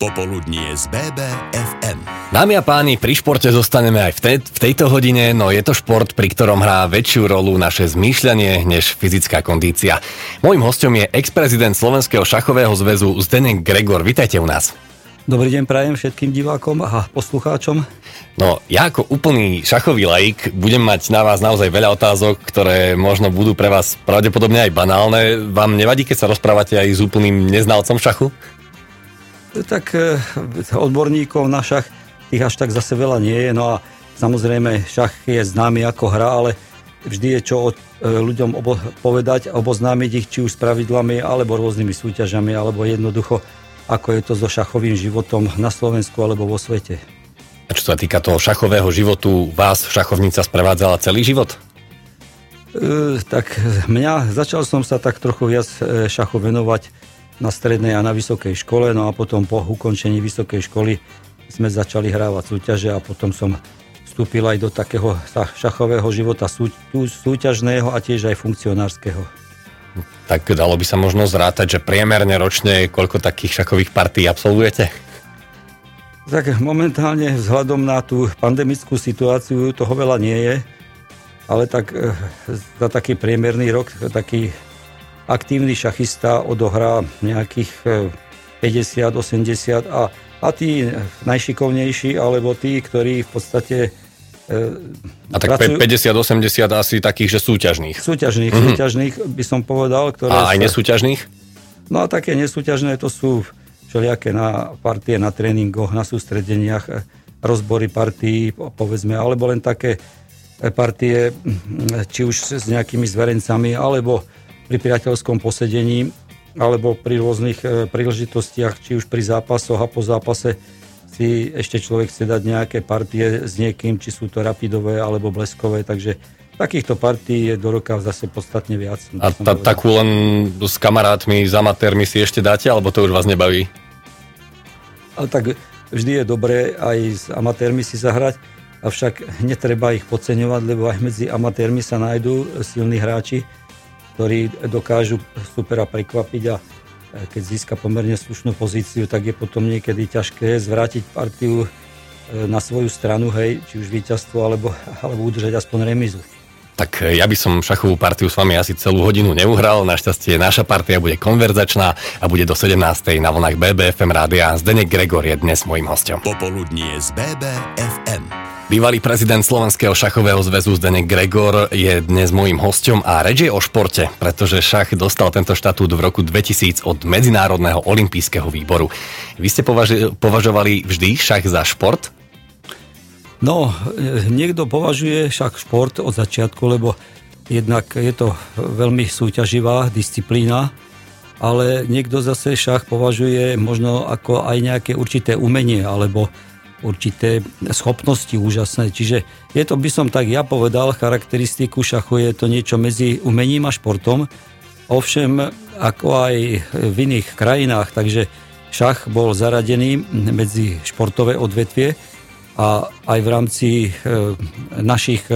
Popoludnie z BBFM. Dámy a páni, pri športe zostaneme aj v tejto hodine, no je to šport, pri ktorom hrá väčšiu rolu naše zmýšľanie než fyzická kondícia. Mojím hosťom je ex-prezident Slovenského šachového zväzu Zdeněk Gregor. Vitajte u nás. Dobrý deň prajem všetkým divákom a poslucháčom. No, ja ako úplný šachový laik budem mať na vás naozaj veľa otázok, ktoré možno budú pre vás pravdepodobne aj banálne. Vám nevadí, keď sa rozprávate aj s úplným neznalcom šachu? Tak odborníkov na šach tých až tak zase veľa nie je. No a samozrejme šach je známy ako hra, ale vždy je čo ľuďom povedať, oboznámiť ich či už s pravidlami, alebo rôznymi súťažami, alebo jednoducho ako je to so šachovým životom na Slovensku alebo vo svete. A čo sa týka toho šachového životu, vás šachovnica sprevádzala celý život? Tak začal som sa tak trochu viac šachu venovať na strednej a na vysokej škole, no a potom po ukončení vysokej školy sme začali hrávať súťaže a potom som vstúpil aj do takého šachového života súťažného a tiež aj funkcionárskeho. Tak dalo by sa možno zrátať, že priemerne ročne koľko takých šachových partí absolvujete? Tak momentálne vzhľadom na tú pandemickú situáciu toho veľa nie je, ale tak za taký priemerný rok taký aktívny šachista odohrá nejakých 50-80 a tí najšikovnejší, alebo tí, ktorí v podstate a tak 50-80 asi takých, že súťažných. Súťažných by som povedal. Ktoré a aj nesúťažných? No a také nesúťažné to sú všelijaké partie na tréningoch, na sústredeniach, rozbory partií, povedzme, alebo len také partie, či už s nejakými zverencami, alebo pri priateľskom posedení, alebo pri rôznych príležitostiach, či už pri zápasoch a po zápase si ešte človek chce dať nejaké partie s niekým, či sú to rapidové alebo bleskové, takže takýchto partí je do roka zase podstatne viac. A takú len s kamarátmi, s amatérmi si ešte dáte, alebo to už vás nebaví? Ale tak vždy je dobré aj s amatérmi si zahrať, avšak netreba ich podceňovať, lebo aj medzi amatérmi sa nájdú silní hráči, ktorí dokážu supera prekvapiť a keď získa pomerne slušnú pozíciu, tak je potom niekedy ťažké zvrátiť partiu na svoju stranu, hej, či už víťazstvo, alebo udržať aspoň remízu. Tak ja by som šachovú partiu s vami asi celú hodinu neuhral, našťastie naša partia bude konverzačná a bude do 17. na vlnách BBFM rádia. Zdeněk Gregor je dnes mojím hosťom. Popoludnie z BBFM. Bývalý prezident Slovenského šachového zväzu Zdeněk Gregor je dnes mojím hosťom a reč je o športe, pretože šach dostal tento štatút v roku 2000 od Medzinárodného olympijského výboru. Vy ste považovali vždy šach za šport? No, niekto považuje šach šport od začiatku, lebo jednak je to veľmi súťaživá disciplína, ale niekto zase šach považuje možno ako aj nejaké určité umenie, alebo určité schopnosti úžasné. Čiže je to, by som tak ja povedal, charakteristiku šachu je to niečo medzi umením a športom. Ovšem, ako aj v iných krajinách, takže šach bol zaradený medzi športové odvetvie a aj v rámci našich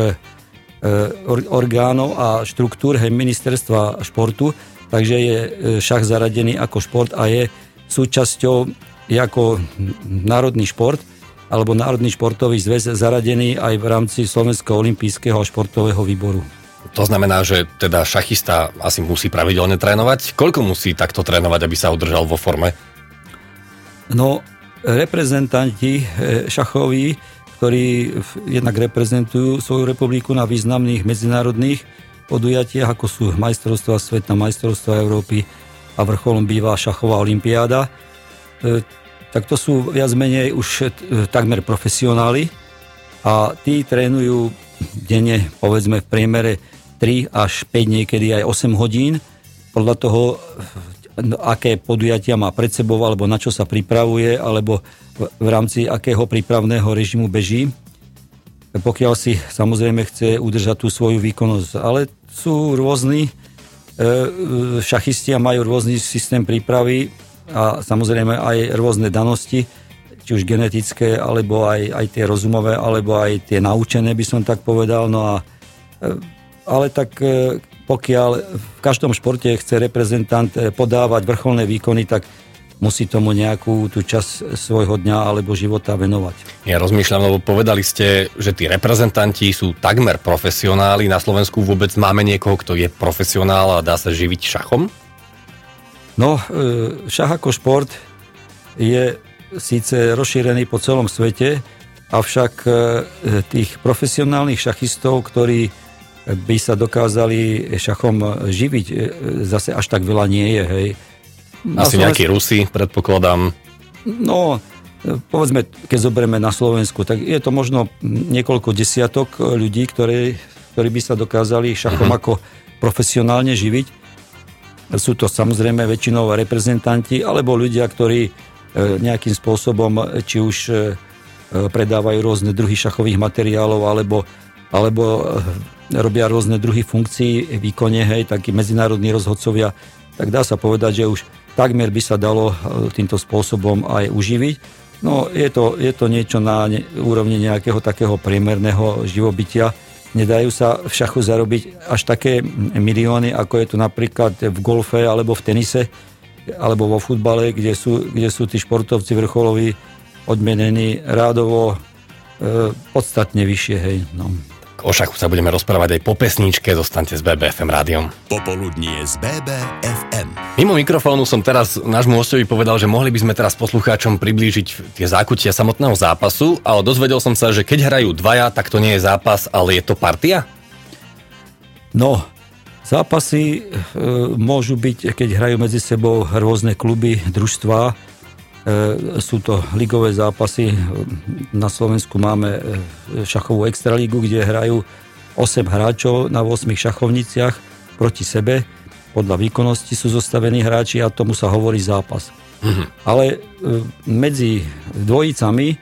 orgánov a štruktúr ministerstva športu, takže je šach zaradený ako šport a je súčasťou ako národný šport alebo Národný športový zväz zaradený aj v rámci Slovenského olympijského a športového výboru. To znamená, že teda šachista asi musí pravidelne trénovať. Koľko musí takto trénovať, aby sa udržal vo forme? No, reprezentanti šachoví, ktorí jednak reprezentujú svoju republiku na významných medzinárodných podujatiach, ako sú majstrovstvá sveta, majstrovstvá Európy a vrcholom býva šachová olympiáda, tak to sú viac menej už takmer profesionáli a tí trénujú denne, povedzme v priemere 3 až 5, niekedy aj 8 hodín, podľa toho, aké podujatia má pred sebou, alebo na čo sa pripravuje, alebo v rámci akého prípravného režimu beží. Pokiaľ si samozrejme chce udržať tú svoju výkonnosť. Ale sú rôzni šachisti a majú rôzny systém prípravy a samozrejme aj rôzne danosti, či už genetické, alebo aj tie rozumové, alebo aj tie naučené, by som tak povedal. No a, ale tak pokiaľ v každom športe chce reprezentant podávať vrcholné výkony, tak musí tomu nejakú tú časť svojho dňa alebo života venovať. Ja rozmýšľam, lebo povedali ste, že tí reprezentanti sú takmer profesionáli. Na Slovensku vôbec máme niekoho, kto je profesionál a dá sa živiť šachom? No, šach ako šport je síce rozšírený po celom svete, avšak tých profesionálnych šachistov, ktorí by sa dokázali šachom živiť, zase až tak veľa nie je, hej. Asi nejakí Rusi, predpokladám. No, povedzme, keď zoberieme na Slovensku, tak je to možno niekoľko desiatok ľudí, ktorí by sa dokázali šachom ako profesionálne živiť. Sú to samozrejme väčšinou reprezentanti, alebo ľudia, ktorí nejakým spôsobom, či už predávajú rôzne druhy šachových materiálov, alebo robia rôzne druhy funkcií v výkone, hej, takí medzinárodní rozhodcovia, tak dá sa povedať, že už takmer by sa dalo týmto spôsobom aj uživiť. No, je to niečo na úrovni nejakého takého priemerného živobytia. Nedajú sa v šachu zarobiť až také milióny, ako je to napríklad v golfe alebo v tenise, alebo vo futbale, kde sú tí športovci vrcholoví odmenení rádovo podstatne vyššie. Hej, no. O šachu sa budeme rozprávať aj po pesničke, zostaňte s BBFM rádiom. Popoludnie z BBFM. Mimo mikrofónu som teraz nášmu hostovi povedal, že mohli by sme teraz poslucháčom priblížiť tie zákutia samotného zápasu, ale dozvedel som sa, že keď hrajú dvaja, tak to nie je zápas, ale je to partia? No, zápasy môžu byť, keď hrajú medzi sebou rôzne kluby, družstvá. Sú to ligové zápasy. Na Slovensku máme šachovú extralígu, kde hrajú 8 hráčov na 8 šachovniciach proti sebe. Podľa výkonnosti sú zostavení hráči a tomu sa hovorí zápas. Ale medzi dvojicami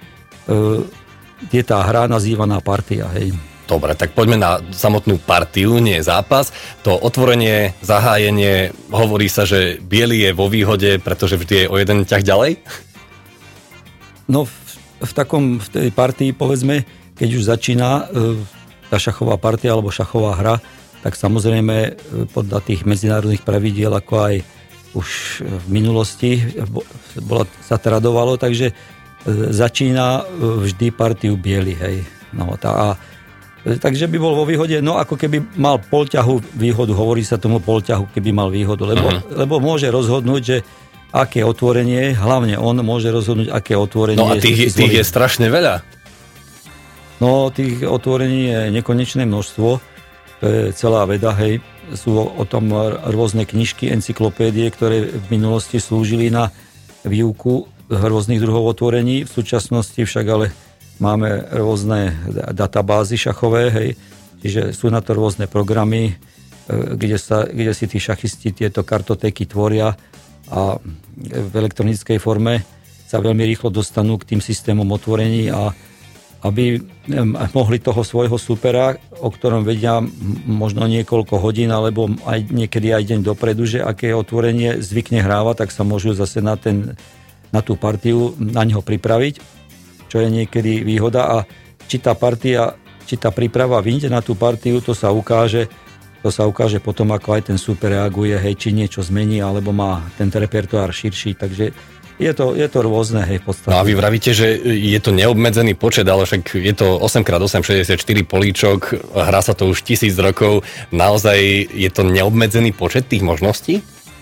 je tá hra nazývaná partia. Hej. Dobre, tak poďme na samotnú partiu, nie zápas. To otvorenie, zahájenie, hovorí sa, že biely je vo výhode, pretože vždy je o jeden ťah ďalej? No v tej partii, povedzme, keď už začína tá šachová partia alebo šachová hra, tak samozrejme podľa tých medzinárodných pravidiel, ako aj už v minulosti sa tradovalo, takže začína vždy partiu biely, hej. No, takže by bol vo výhode, no ako keby mal polťahu výhodu, hovorí sa tomu polťahu, keby mal výhodu, lebo môže rozhodnúť, že aké otvorenie, hlavne on môže rozhodnúť, aké otvorenie. No a tých je strašne veľa. No, tých otvorení je nekonečné množstvo, to je celá veda, hej, sú o tom rôzne knižky, encyklopédie, ktoré v minulosti slúžili na výuku rôznych druhov otvorení, v súčasnosti však ale máme rôzne databázy šachové, hej, čiže sú na to rôzne programy, kde si tí šachisti tieto kartotéky tvoria a v elektronickej forme sa veľmi rýchlo dostanú k tým systémom otvorení a aby mohli toho svojho supera, o ktorom vedia možno niekoľko hodín alebo aj niekedy aj deň dopredu, že aké otvorenie zvykne hrávať, tak sa môžu zase na tú partiu na neho pripraviť, čo je niekedy výhoda a či tá príprava vyjde na tú partiu, to sa ukáže potom, ako aj ten super reaguje, hej, či niečo zmení, alebo má ten repertoár širší, takže je to rôzne, hej, v podstate. No a vy vravíte, že je to neobmedzený počet, ale však je to 8x8, 64 políčok, hrá sa to už 1000 rokov, naozaj je to neobmedzený počet tých možností?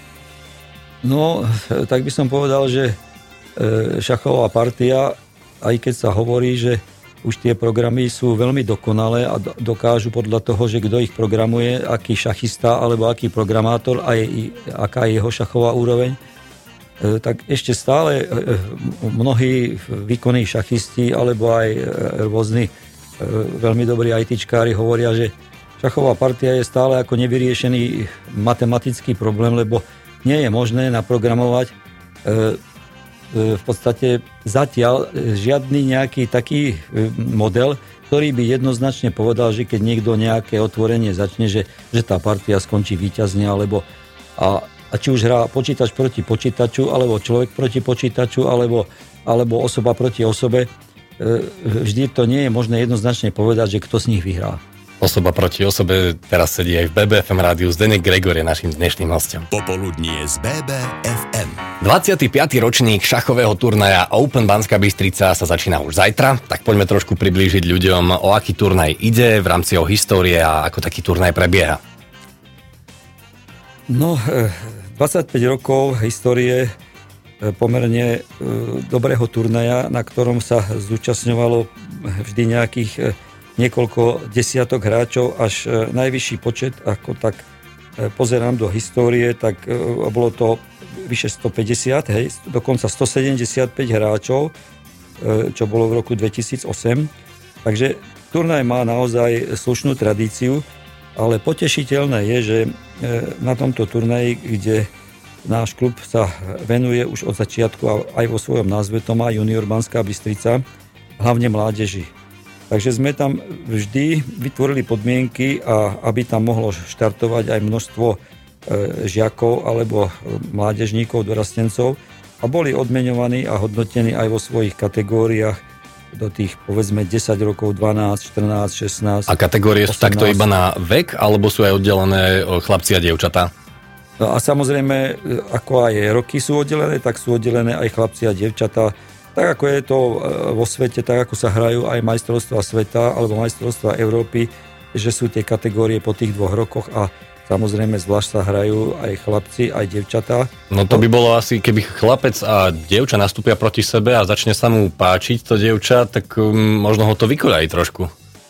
No, tak by som povedal, že šachová partia, aj keď sa hovorí, že už tie programy sú veľmi dokonalé a dokážu podľa toho, že kto ich programuje, aký šachista alebo aký programátor a aká je jeho šachová úroveň, tak ešte stále mnohí výkonní šachisti alebo aj rôzni veľmi dobrí ITčkári hovoria, že šachová partia je stále ako nevyriešený matematický problém, lebo nie je možné naprogramovať v podstate zatiaľ žiadny nejaký taký model, ktorý by jednoznačne povedal, že keď niekto nejaké otvorenie začne, že tá partia skončí víťazne, alebo a či už hrá počítač proti počítaču, alebo človek proti počítaču, alebo osoba proti osobe, vždy to nie je možné jednoznačne povedať, že kto z nich vyhrá. Osoba proti osobe teraz sedí aj v BBFM rádiu. Zdeněk Gregor je našim dnešným hostom. Popoludnie z BBFM. 25. ročník šachového turnaja Open Banská Bystrica sa začína už zajtra, tak poďme trošku priblížiť ľuďom, o aký turnaj ide v rámci jeho histórie a ako taký turnaj prebieha. No, 25 rokov histórie pomerne dobrého turnaja, na ktorom sa zúčastňovalo vždy nejakých niekoľko desiatok hráčov, až najvyšší počet, ako tak pozerám do histórie, tak bolo to vyše 150, hej, dokonca 175 hráčov, čo bolo v roku 2008. Takže turnaj má naozaj slušnú tradíciu, ale potešiteľné je, že na tomto turnaji, kde náš klub sa venuje už od začiatku a aj vo svojom názve, to má Junior Banská Bystrica, hlavne mládeži. Takže sme tam vždy vytvorili podmienky, aby tam mohlo štartovať aj množstvo žiakov alebo mládežníkov, dorastencov a boli odmeňovaní a hodnotení aj vo svojich kategóriách do tých, povedzme, 10 rokov, 12, 14, 16. A kategórie 18. sú takto iba na vek, alebo sú aj oddelené chlapci a dievčatá? No a samozrejme, ako aj roky sú oddelené, tak sú oddelené aj chlapci a dievčatá. Tak ako je to vo svete, tak ako sa hrajú aj majstrovstvá sveta alebo majstrovstvá Európy, že sú tie kategórie po tých 2 rokoch a samozrejme zvlášť sa hrajú aj chlapci, aj dievčatá. No to by bolo asi, keby chlapec a dievča nastúpia proti sebe a začne sa mu páčiť to dievča, tak možno ho to vykoľají trošku.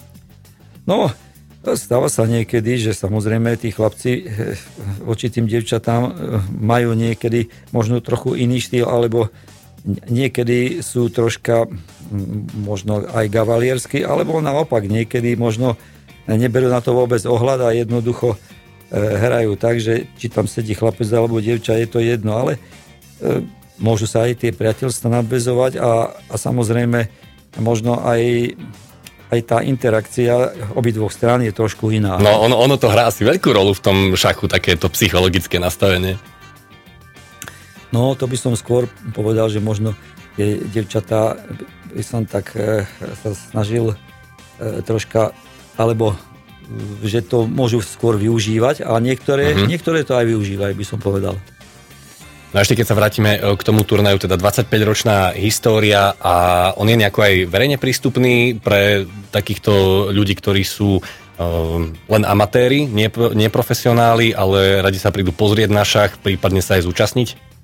No, stáva sa niekedy, že samozrejme tí chlapci voči tým dievčatám majú niekedy možno trochu iný štýl, alebo niekedy sú troška možno aj gavaliersky, alebo naopak niekedy možno neberú na to vôbec ohľad a jednoducho hrajú tak, že či tam sedí chlapec alebo dievča, je to jedno, ale môžu sa aj tie priateľstvá nadväzovať a samozrejme možno aj tá interakcia obidvoch strán je trošku iná. No ono to hrá asi veľkú rolu v tom šachu, takéto psychologické nastavenie. No, to by som skôr povedal, že možno tie dievčatá by som tak sa snažil troška, alebo že to môžu skôr využívať, a niektoré to aj využívajú, by som povedal. No a ešte keď sa vrátime k tomu turnaju, teda 25-ročná história a on je nejako aj verejne prístupný pre takýchto ľudí, ktorí sú len amatéri, neprofesionáli, ale radi sa prídu pozrieť na šach, prípadne sa aj zúčastniť?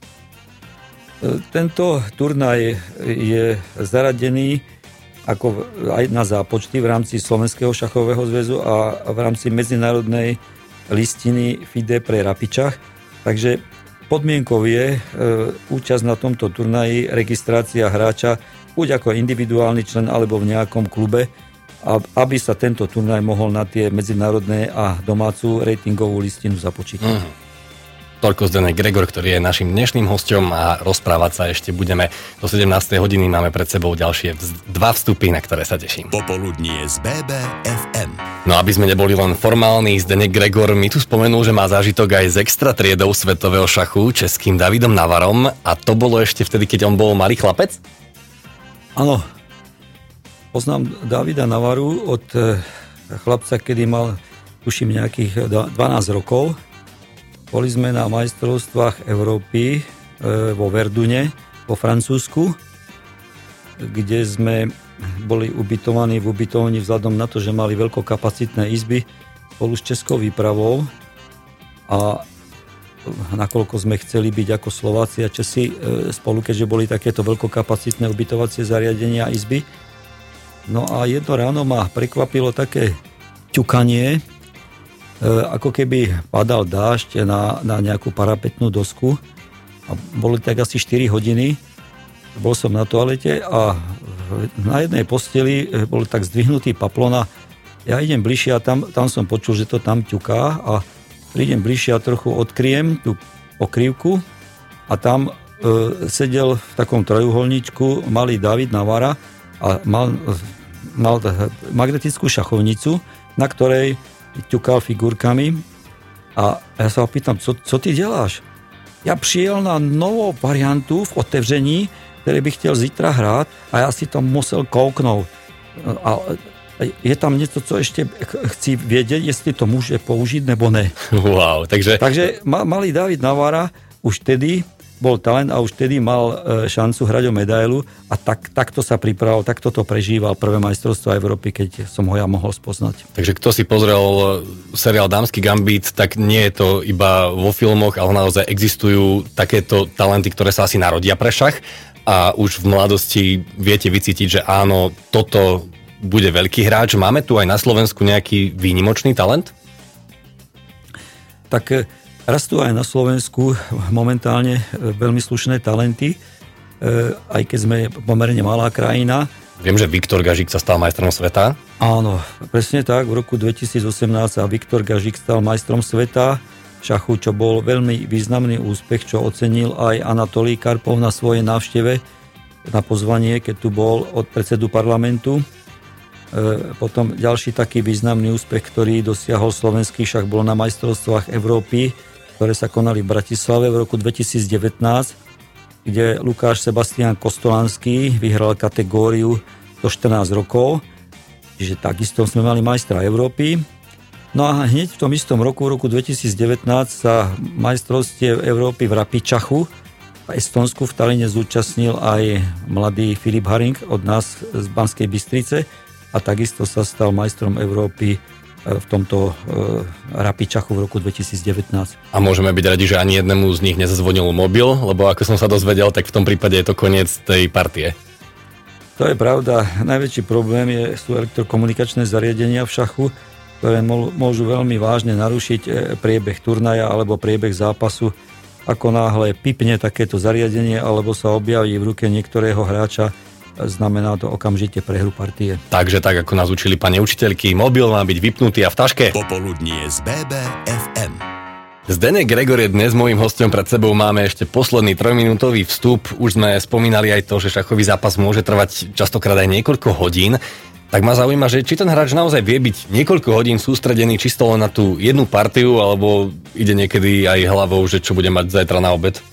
Tento turnaj je zaradený ako aj na zápočty v rámci Slovenského šachového zväzu a v rámci medzinárodnej listiny FIDE pre Rapičach. Takže podmienkou je účasť na tomto turnaji, registrácia hráča, buď ako individuálny člen alebo v nejakom klube, aby sa tento turnaj mohol na tie medzinárodné a domácu ratingovú listinu započítať. Toľko Zdeněk Gregor, ktorý je našim dnešným hosťom, a rozprávať sa ešte budeme do 17. hodiny. Máme pred sebou ďalšie 2 vstupy, na ktoré sa teším. Popoludnie z BBFM. No aby sme neboli len formálni, Zdeněk Gregor mi tu spomenul, že má zážitok aj z extra triedou svetového šachu českým Davidom Navarom, a to bolo ešte vtedy, keď on bol malý chlapec? Áno. Poznám Davida Navaru od chlapca, kedy mal, tuším, nejakých 12 rokov. Boli sme na majstrovstvách Európy vo Verdune, vo Francúzsku, kde sme boli ubytovaní v ubytovni vzhľadom na to, že mali veľkokapacitné izby spolu s českou výpravou, a nakoľko sme chceli byť ako Slováci a Česi spolu, keďže boli takéto veľkokapacitné ubytovacie zariadenia a izby. No a jedno ráno ma prekvapilo také ťukanie, ako keby padal dážď na nejakú parapetnú dosku, a boli tak asi 4 hodiny. Bol som na toalete a na jednej posteli bol tak zdvihnutý paplon a ja idem bližšie a tam som počul, že to tam ťuká, a prídem bližšie a trochu odkryjem tú pokrývku a tam sedel v takom trojuholníčku malý David Navara a mal magnetickú šachovnicu, na ktorej ťukal figurkami, a ja sa ho pýtam, co ty děláš? Ja přijel na novou variantu v otevření, ktorý bych chtěl zítra hrát, a ja si to musel kouknout. A je tam niečo, co ešte chci vedieť, jestli to môže použiť, nebo ne. Wow, takže malý David Navara už vtedy bol talent a už vtedy mal šancu hrať o medailu a takto sa pripravoval, takto to prežíval prvé majstrovstvo Európy, keď som ho ja mohol spoznať. Takže kto si pozrel seriál Dámsky gambit, tak nie je to iba vo filmoch, ale naozaj existujú takéto talenty, ktoré sa asi narodia pre šach a už v mladosti viete vycítiť, že áno, toto bude veľký hráč. Máme tu aj na Slovensku nejaký výnimočný talent? Tak rastú aj na Slovensku momentálne veľmi slušné talenty, aj keď sme pomerne malá krajina. Viem, že Viktor Gažík sa stal majstrom sveta. Áno, presne tak. V roku 2018 sa Viktor Gažík stal majstrom sveta v šachu, čo bol veľmi významný úspech, čo ocenil aj Anatolij Karpov na svojej návšteve na pozvanie, keď tu bol od predsedu parlamentu. Potom ďalší taký významný úspech, ktorý dosiahol slovenský šach, bol na majstrovstvách Európy, ktoré sa konali v Bratislave v roku 2019, kde Lukáš Sebastián Kostolanský vyhral kategóriu do 14 rokov, čiže takisto sme mali majstra Európy. No a hneď v tom istom roku, v roku 2019 sa majstrovstiev Európy v rapičachu v Estonsku v Taline zúčastnil aj mladý Filip Haring od nás z Banskej Bystrice a takisto sa stal majstrom Európy v tomto rapičachu v roku 2019. A môžeme byť radi, že ani jednému z nich nezazvonil mobil, lebo ako som sa dozvedel, tak v tom prípade je to koniec tej partie. To je pravda. Najväčší problém sú elektrokomunikačné zariadenia v šachu, ktoré môžu veľmi vážne narušiť priebeh turnaja alebo priebeh zápasu. Ako náhle pipne takéto zariadenie alebo sa objaví v ruke niektorého hráča, znamená to okamžite prehru partie. Takže tak, ako nás učili pani učiteľky, mobil má byť vypnutý a v taške. Popoludnie z BBFM. Zdeněk Gregor je dnes mojím hostom, pred sebou máme ešte posledný 3-minútový vstup. Už sme spomínali aj to, že šachový zápas môže trvať častokrát aj niekoľko hodín. Tak ma zaujíma, že či ten hráč naozaj vie byť niekoľko hodín sústredený čisto len na tú jednu partiu, alebo ide niekedy aj hlavou, že čo bude mať zajtra na obed?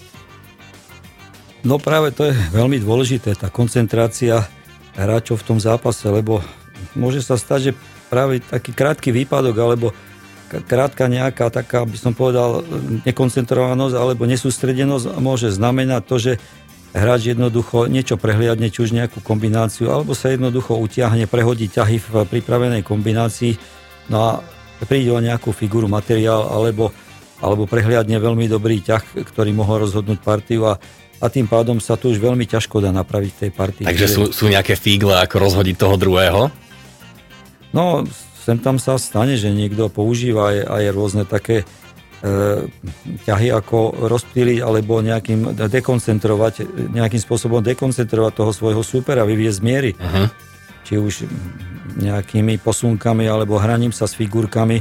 No práve to je veľmi dôležité, tá koncentrácia hráčov v tom zápase, lebo môže sa stať, že práve taký krátky výpadok alebo krátka nejaká taká, by som povedal, nekoncentrovanosť alebo nesústredenosť môže znamenať to, že hráč jednoducho niečo prehliadne, či už nejakú kombináciu, alebo sa jednoducho utiahne, prehodí ťahy v pripravenej kombinácii, no a príde o nejakú figuru, materiál, alebo prehliadne veľmi dobrý ťah, ktorý mohol rozhodnúť partiu a tým pádom sa to už veľmi ťažko dá napraviť v tej partii. Takže sú nejaké fígle, ako rozhodiť toho druhého? No, sem tam sa stane, že niekto používa aj rôzne také ťahy, ako rozptýliť alebo nejakým spôsobom dekoncentrovať toho svojho supera, vyviesť z miery. Uh-huh. Či už nejakými posunkami, alebo hraním sa s figurkami,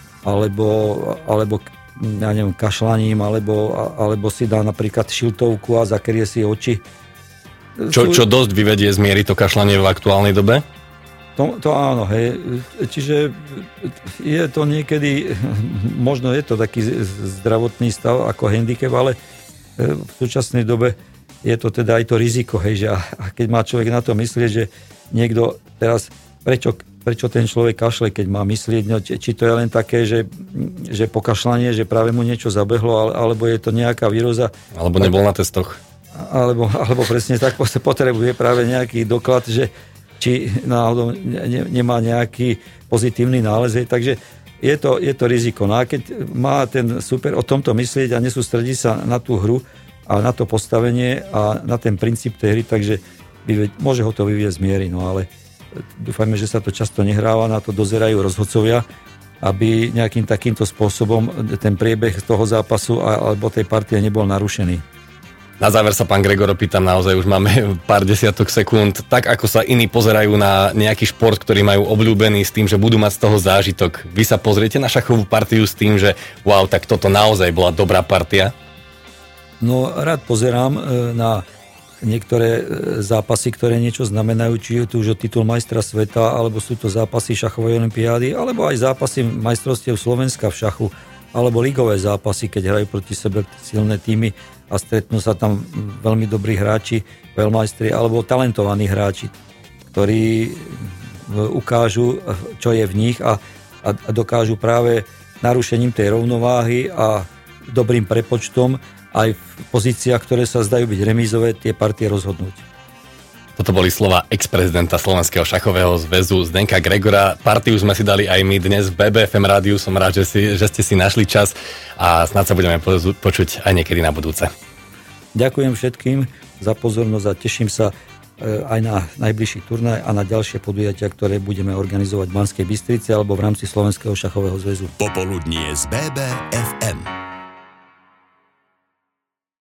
alebo ja neviem, kašľaním, alebo si dá napríklad šiltovku a zakrie si oči. Čo dosť vyvedie z miery to kašľanie v aktuálnej dobe? To áno, hej. Čiže je to niekedy, možno je to taký zdravotný stav ako handicap, ale v súčasnej dobe je to teda aj to riziko, hej, že a keď má človek na to myslieť, že niekto teraz, prečo ten človek kašle, keď má myslieť, no, či to je len také, že pokašľanie, že práve mu niečo zabehlo, alebo je to nejaká víruza. Alebo nebol na testoch. Alebo presne tak potrebuje práve nejaký doklad, že či náhodou nemá nejaký pozitívny nález. Takže je to riziko. No a keď má ten super o tomto myslieť a nesústredí sa na tú hru a na to postavenie a na ten princíp tej hry, takže môže ho to vyviesť z miery. No ale dúfajme, že sa to často nehráva, na to dozerajú rozhodcovia, aby nejakým takýmto spôsobom ten priebeh toho zápasu alebo tej partie nebol narušený. Na záver sa, pán Gregor, pýtam, naozaj už máme pár desiatok sekúnd. Tak ako sa iní pozerajú na nejaký šport, ktorý majú obľúbený s tým, že budú mať z toho zážitok, vy sa pozriete na šachovú partiu s tým, že wow, tak toto naozaj bola dobrá partia? No, rád pozerám na niektoré zápasy, ktoré niečo znamenajú, či je tu už titul majstra sveta, alebo sú to zápasy šachovej olympiády, alebo aj zápasy majstrovstiev Slovenska v šachu, alebo ligové zápasy, keď hrajú proti sebe silné týmy a stretnú sa tam veľmi dobrí hráči, veľmajstri alebo talentovaní hráči, ktorí ukážu, čo je v nich a dokážu práve narušením tej rovnováhy a dobrým prepočtom aj v pozíciách, ktoré sa zdajú byť remízové, tie partie rozhodnúť. Toto boli slova ex-prezidenta Slovenského šachového zväzu Zdenka Gregora. Partiu sme si dali aj my dnes v BBFM rádiu. Som rád, že ste si našli čas a snad sa budeme počuť aj niekedy na budúce. Ďakujem všetkým za pozornosť a teším sa aj na najbližší turnaj a na ďalšie podujatia, ktoré budeme organizovať v Banskej Bystrici alebo v rámci Slovenského šachového zväzu. Popoludnie z BBFM.